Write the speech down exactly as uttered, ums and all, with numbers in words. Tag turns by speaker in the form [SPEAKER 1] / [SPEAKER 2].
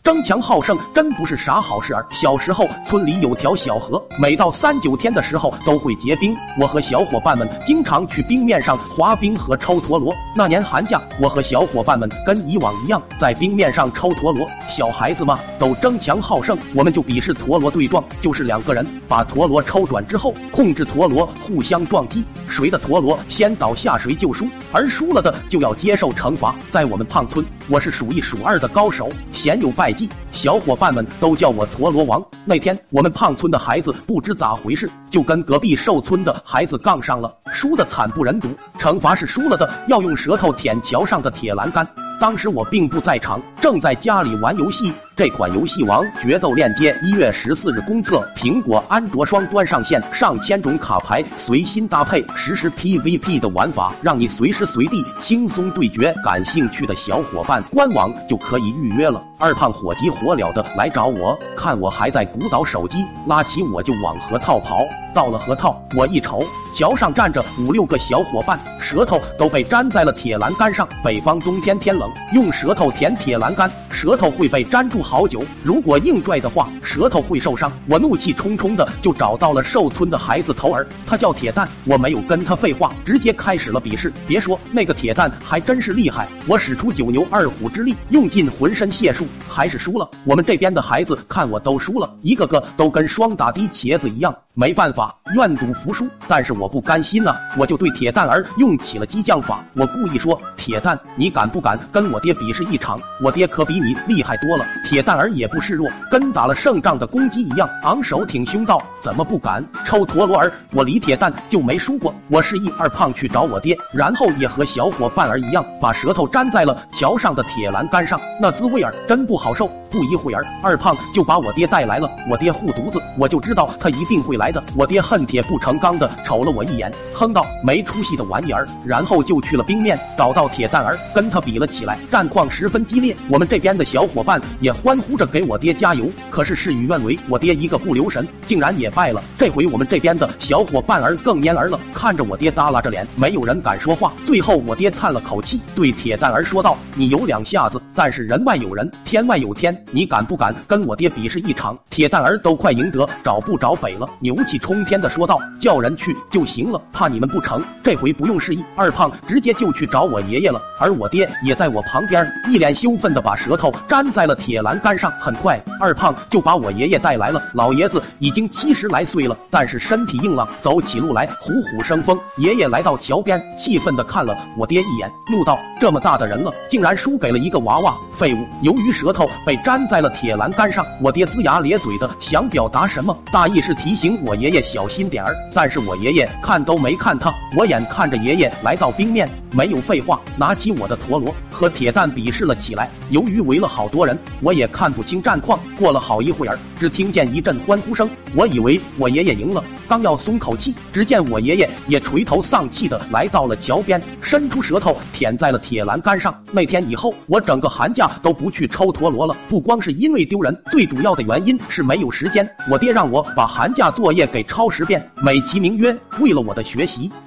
[SPEAKER 1] 争强好胜真不是啥好事儿。小时候村里有条小河，每到三九天的时候都会结冰，我和小伙伴们经常去冰面上滑冰和抽陀螺。那年寒假，我和小伙伴们跟以往一样在冰面上抽陀螺。小孩子嘛，都争强好胜，我们就比试陀螺对撞，就是两个人把陀螺抽转之后，控制陀螺互相撞击，谁的陀螺先倒下谁就输，而输了的就要接受惩罚。在我们胖村，我是数一数二的高手，鲜有败绩，小伙伴们都叫我陀螺王。那天我们胖村的孩子不知咋回事，就跟隔壁寿村的孩子杠上了，输得惨不忍睹。惩罚是输了的要用舌头舔桥上的铁栏杆。当时我并不在场，正在家里玩游戏。这款游戏《王决斗链接》一月十四日公测，苹果、安卓双端上线，上千种卡牌随心搭配，实时 P V P 的玩法，让你随时随地轻松对决。感兴趣的小伙伴，官网就可以预约了。二胖火急火燎的来找我，看我还在鼓捣手机，拉起我就往河套跑。到了河套，我一瞅，桥上站着五六个小伙伴，舌头都被粘在了铁栏杆上。北方冬天天冷，用舌头舔铁栏杆，舌头会被粘住好久，如果硬拽的话，舌头会受伤。我怒气冲冲的就找到了寿村的孩子头儿，他叫铁蛋，我没有跟他废话，直接开始了比试。别说那个铁蛋还真是厉害，我使出九牛二虎之力，用尽浑身解数，还是输了。我们这边的孩子看我都输了，一个个都跟双打的茄子一样，没办法，愿赌服输。但是我不甘心啊，我就对铁蛋儿用起了激将法。我故意说，铁蛋，你敢不敢跟我爹比试一场？我爹可比你厉害多了。铁蛋儿也不示弱，跟打了胜仗的公鸡一样，昂首挺胸道，怎么不敢？抽陀螺儿，我离铁蛋就没输过。我示意二胖去找我爹，然后也和小伙伴儿一样，把舌头粘在了桥上的铁栏杆上，那滋味儿真不好受。不一会儿，二胖就把我爹带来了。我爹护犊子，我就知道他一定会来的。我爹恨铁不成钢的瞅了我一眼，哼道：“没出息的玩意儿。”然后就去了冰面，找到铁蛋儿，跟他比了起来，战况十分激烈。我们这边的小伙伴也欢呼着给我爹加油。可是事与愿违，我爹一个不留神，竟然也败了。这回我们这边的小伙伴儿更蔫儿了，看着我爹耷拉着脸，没有人敢说话。最后我爹叹了口气，对铁蛋儿说道：“你有两下子，但是人外有人，天外有天，你敢不敢跟我爹比试一场？”铁蛋儿都快赢得找不着北了，牛气冲天的说道：“叫人去就行了，怕你们不成。”这回不用示意，二胖直接就去找我爷爷了，而我爹也在我旁边，一脸羞愤的把舌头粘在了铁栏杆上。很快，二胖就把我爷爷带来了。老爷子已经七十来岁了，但是身体硬朗，走起路来虎虎生风。爷爷来到桥边，气愤的看了我爹一眼，怒道：“这么大的人了，竟然输给了一个娃娃，废物！”由于舌头被粘在了铁栏杆上，我爹龇牙咧嘴的想表达什么，大意是提醒我爷爷小心点儿，但是我爷爷看都没看他。我眼看着爷爷来到冰面，没有废话，拿起我的陀螺和铁蛋比试了起来。由于围了好多人，我也看不清战况。过了好一会儿，只听见一阵欢呼声，我以为我爷爷赢了，刚要松口气，只见我爷爷也垂头丧气的来到了桥边，伸出舌头舔在了铁栏杆上。那天以后，我整个寒假都不去抽陀螺了，不光是因为丢人，最主要的原因是没有时间。我爹让我把寒假作业给抄十遍，美其名曰为了我的学习。